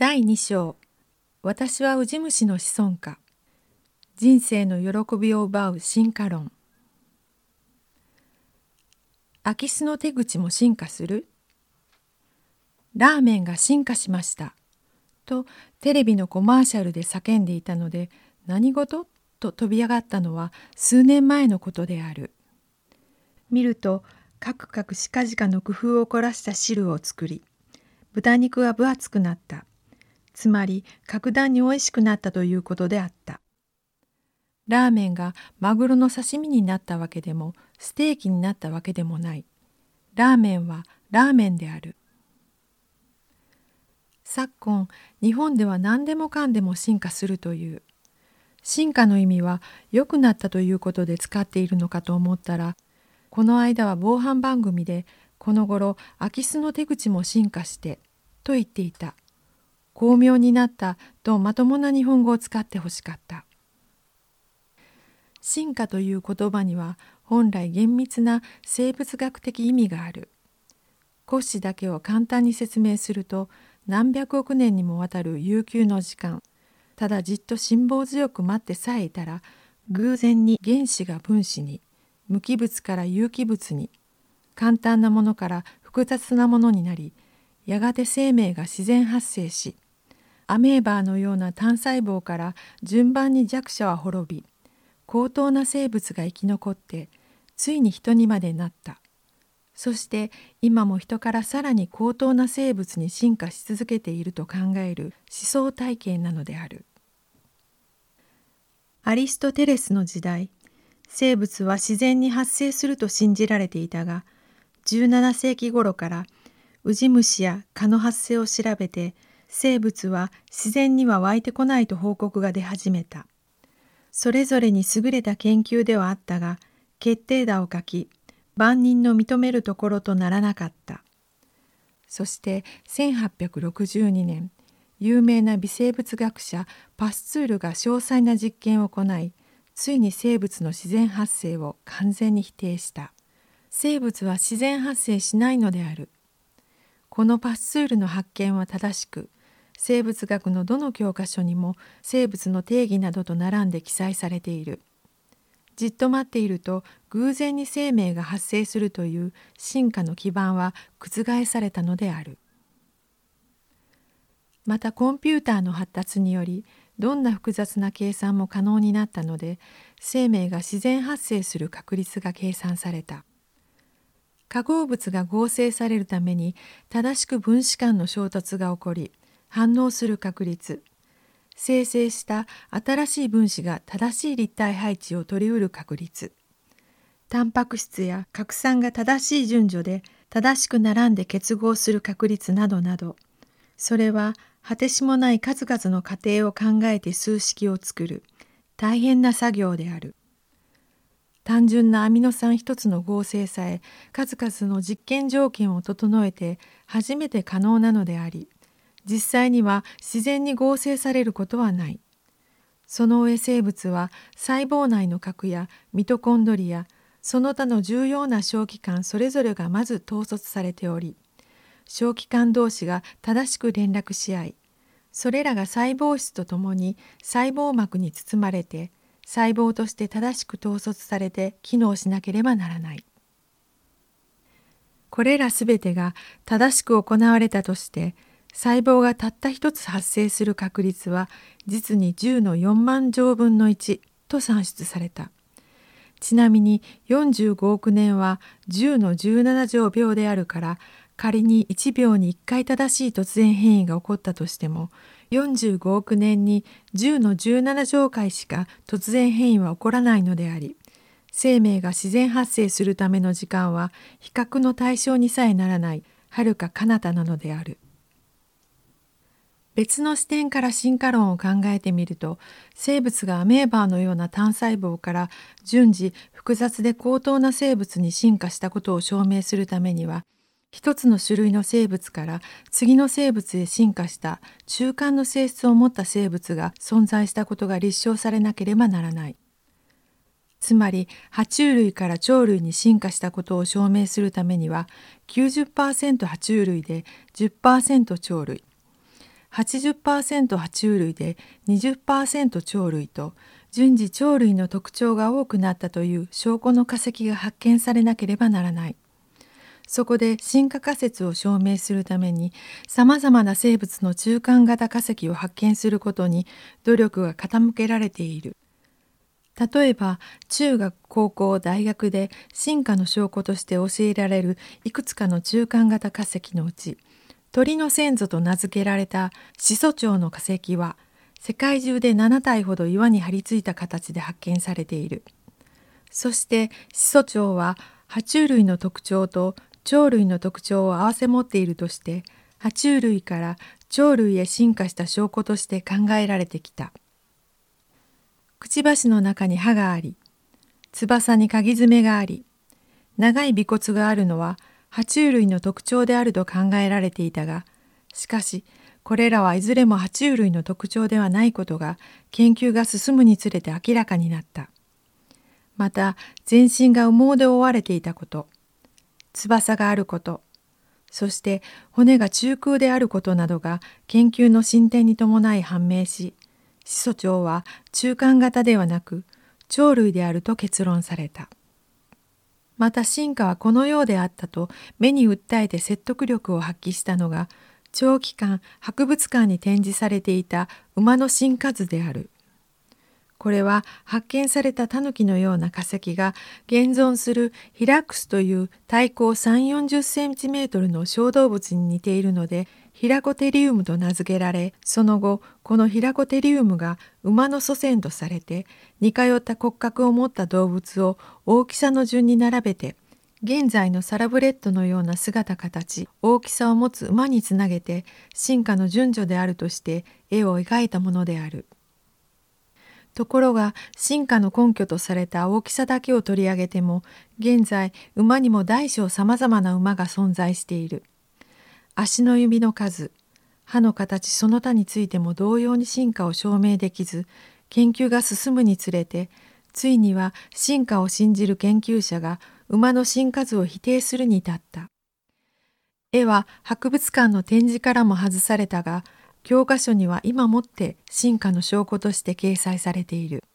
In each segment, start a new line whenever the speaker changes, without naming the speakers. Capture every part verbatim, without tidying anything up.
だいに章、私はウジ虫の子孫か。人生の喜びを奪う進化論。空き巣の手口も進化する？ラーメンが進化しましたとテレビのコマーシャルで叫んでいたので、何事と飛び上がったのは数年前のことである。見るとカクカクしかじかの工夫を凝らした汁を作り、豚肉は分厚くなった。つまり格段においしくなったということであった。ラーメンがマグロの刺身になったわけでもステーキになったわけでもない。ラーメンはラーメンである。昨今日本では何でもかんでも進化するという。進化の意味は良くなったということで使っているのかと思ったら、この間は防犯番組でこの頃空き巣の手口も進化してと言っていた。巧妙になったとまともな日本語を使ってほしかった。進化という言葉には本来厳密な生物学的意味がある。骨子だけを簡単に説明すると、何百億年にもわたる悠久の時間、ただじっと辛抱強く待ってさえいたら、偶然に原子が分子に、無機物から有機物に、簡単なものから複雑なものになり、やがて生命が自然発生し、アメーバーのような単細胞から順番に弱者は滅び、高等な生物が生き残って、ついに人にまでなった。そして今も人からさらに高等な生物に進化し続けていると考える思想体系なのである。アリストテレスの時代、生物は自然に発生すると信じられていたが、じゅうななせいき頃からウジ虫や蚊の発生を調べて、生物は自然には湧いてこないと報告が出始めた。それぞれに優れた研究ではあったが、決定打を書き、万人の認めるところとならなかった。そしてせんはっぴゃくろくじゅうにねん、有名な微生物学者パスツールが詳細な実験を行い、ついに生物の自然発生を完全に否定した。生物は自然発生しないのである。このパスツールの発見は正しく、生物学のどの教科書にも生物の定義などと並んで記載されている。じっと待っていると偶然に生命が発生するという進化の基盤は覆されたのである。またコンピューターの発達によりどんな複雑な計算も可能になったので、生命が自然発生する確率が計算された。化合物が合成されるために正しく分子間の衝突が起こり、反応する確率、生成した新しい分子が正しい立体配置を取り得る確率、タンパク質や核酸が正しい順序で正しく並んで結合する確率などなど、それは果てしもない数々の過程を考えて数式を作る大変な作業である。単純なアミノ酸一つの合成さえ数々の実験条件を整えて初めて可能なのであり、実際には自然に合成されることはない。その上生物は細胞内の核やミトコンドリア、その他の重要な小器官それぞれがまず統率されており、小器官同士が正しく連絡し合い、それらが細胞質とともに細胞膜に包まれて、細胞として正しく統率されて機能しなければならない。これらすべてが正しく行われたとして、細胞がたった一つ発生する確率は実にじゅうのよんまん乗分のいちと算出された。ちなみによんじゅうごおくねんはじゅうのじゅうなな乗秒であるから、仮にいちびょうにいっかい正しい突然変異が起こったとしても、よんじゅうごおくねんにじゅうのじゅうなな乗回しか突然変異は起こらないのであり、生命が自然発生するための時間は比較の対象にさえならない遥か彼方なのである。別の視点から進化論を考えてみると、生物がアメーバーのような単細胞から順次複雑で高等な生物に進化したことを証明するためには、一つの種類の生物から次の生物へ進化した中間の性質を持った生物が存在したことが立証されなければならない。つまり爬虫類から鳥類に進化したことを証明するためには きゅうじゅっパーセント 爬虫類で じゅっパーセント 鳥類、 はちじゅっパーセント 爬虫類で にじゅっパーセント 鳥類と順次鳥類の特徴が多くなったという証拠の化石が発見されなければならない。そこで進化仮説を証明するためにさまざまな生物の中間型化石を発見することに努力が傾けられている。例えば中学、高校、大学で進化の証拠として教えられるいくつかの中間型化石のうち、鳥の先祖と名付けられた始祖鳥の化石は世界中でななたいほど岩に張り付いた形で発見されている。そして始祖鳥は爬虫類の特徴と鳥類の特徴を併せ持っているとして、爬虫類から鳥類へ進化した証拠として考えられてきた。くちばしの中に歯があり、翼にかぎ爪があり、長い尾骨があるのは爬虫類の特徴であると考えられていたが、しかしこれらはいずれも爬虫類の特徴ではないことが研究が進むにつれて明らかになった。また全身が羽毛で覆われていたこと、翼があること、そして骨が中空であることなどが研究の進展に伴い判明し、始祖鳥は中間型ではなく鳥類であると結論された。また進化はこのようであったと目に訴えて説得力を発揮したのが、長期間博物館に展示されていた馬の進化図である。これは発見されたタヌキのような化石が現存するヒラックスという体高さんじゅう、よんじゅっセンチメートルの小動物に似ているのでヒラコテリウムと名付けられ、その後このヒラコテリウムが馬の祖先とされて似通った骨格を持った動物を大きさの順に並べて、現在のサラブレッドのような姿形、大きさを持つ馬につなげて進化の順序であるとして絵を描いたものである。ところが進化の根拠とされた大きさだけを取り上げても、現在馬にも大小さまざまな馬が存在している。足の指の数、歯の形その他についても同様に進化を証明できず、研究が進むにつれてついには進化を信じる研究者が馬の進化図を否定するに至った。絵は博物館の展示からも外されたが、教科書には今もって進化の証拠として掲載されている。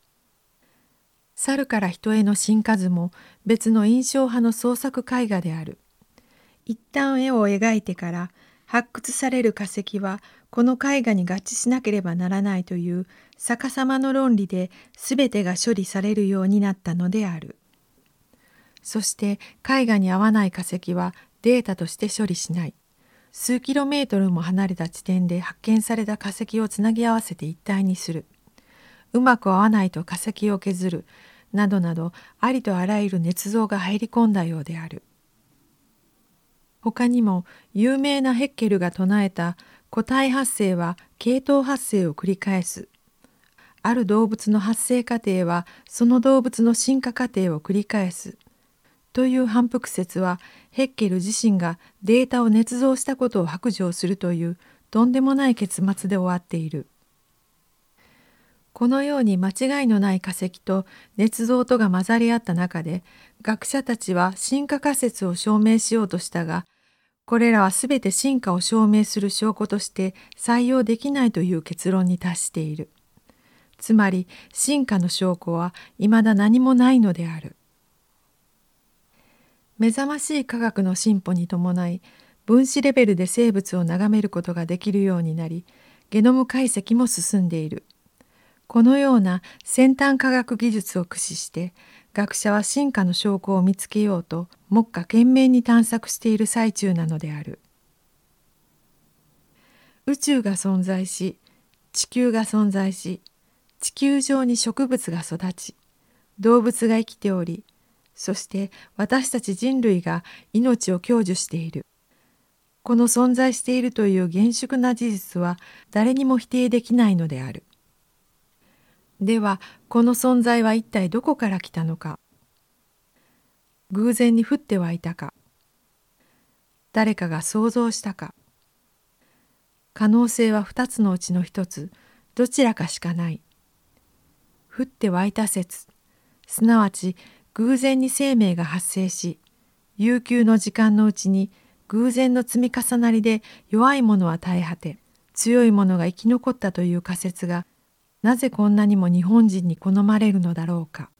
猿から人への進化図も別の印象派の創作絵画である。一旦絵を描いてから発掘される化石はこの絵画に合致しなければならないという逆さまの論理で全てが処理されるようになったのである。そして絵画に合わない化石はデータとして処理しない。数キロメートルも離れた地点で発見された化石をつなぎ合わせて一体にする。うまく合わないと化石を削る。などなどありとあらゆる捏造が入り込んだようである。他にも有名なヘッケルが唱えた個体発生は系統発生を繰り返す。ある動物の発生過程はその動物の進化過程を繰り返す。という反復説はヘッケル自身がデータを捏造したことを白状するというとんでもない結末で終わっている。このように間違いのない化石と捏造とが混ざり合った中で、学者たちは進化仮説を証明しようとしたが、これらはすべて進化を証明する証拠として採用できないという結論に達している。つまり進化の証拠はいまだ何もないのである。目覚ましい科学の進歩に伴い、分子レベルで生物を眺めることができるようになり、ゲノム解析も進んでいる。このような先端科学技術を駆使して、学者は進化の証拠を見つけようと、目下懸命に探索している最中なのである。宇宙が存在し、地球が存在し、地球上に植物が育ち、動物が生きており、そして私たち人類が命を享受している。この存在しているという厳粛な事実は誰にも否定できないのである。では、この存在は一体どこから来たのか。偶然に降って湧いたか。誰かが想像したか。可能性は二つのうちの一つ、どちらかしかない。降って湧いた説、すなわち偶然に生命が発生し、悠久の時間のうちに偶然の積み重なりで弱いものは絶え果て、 強いものが生き残ったという仮説がなぜこんなにも日本人に好まれるのだろうか。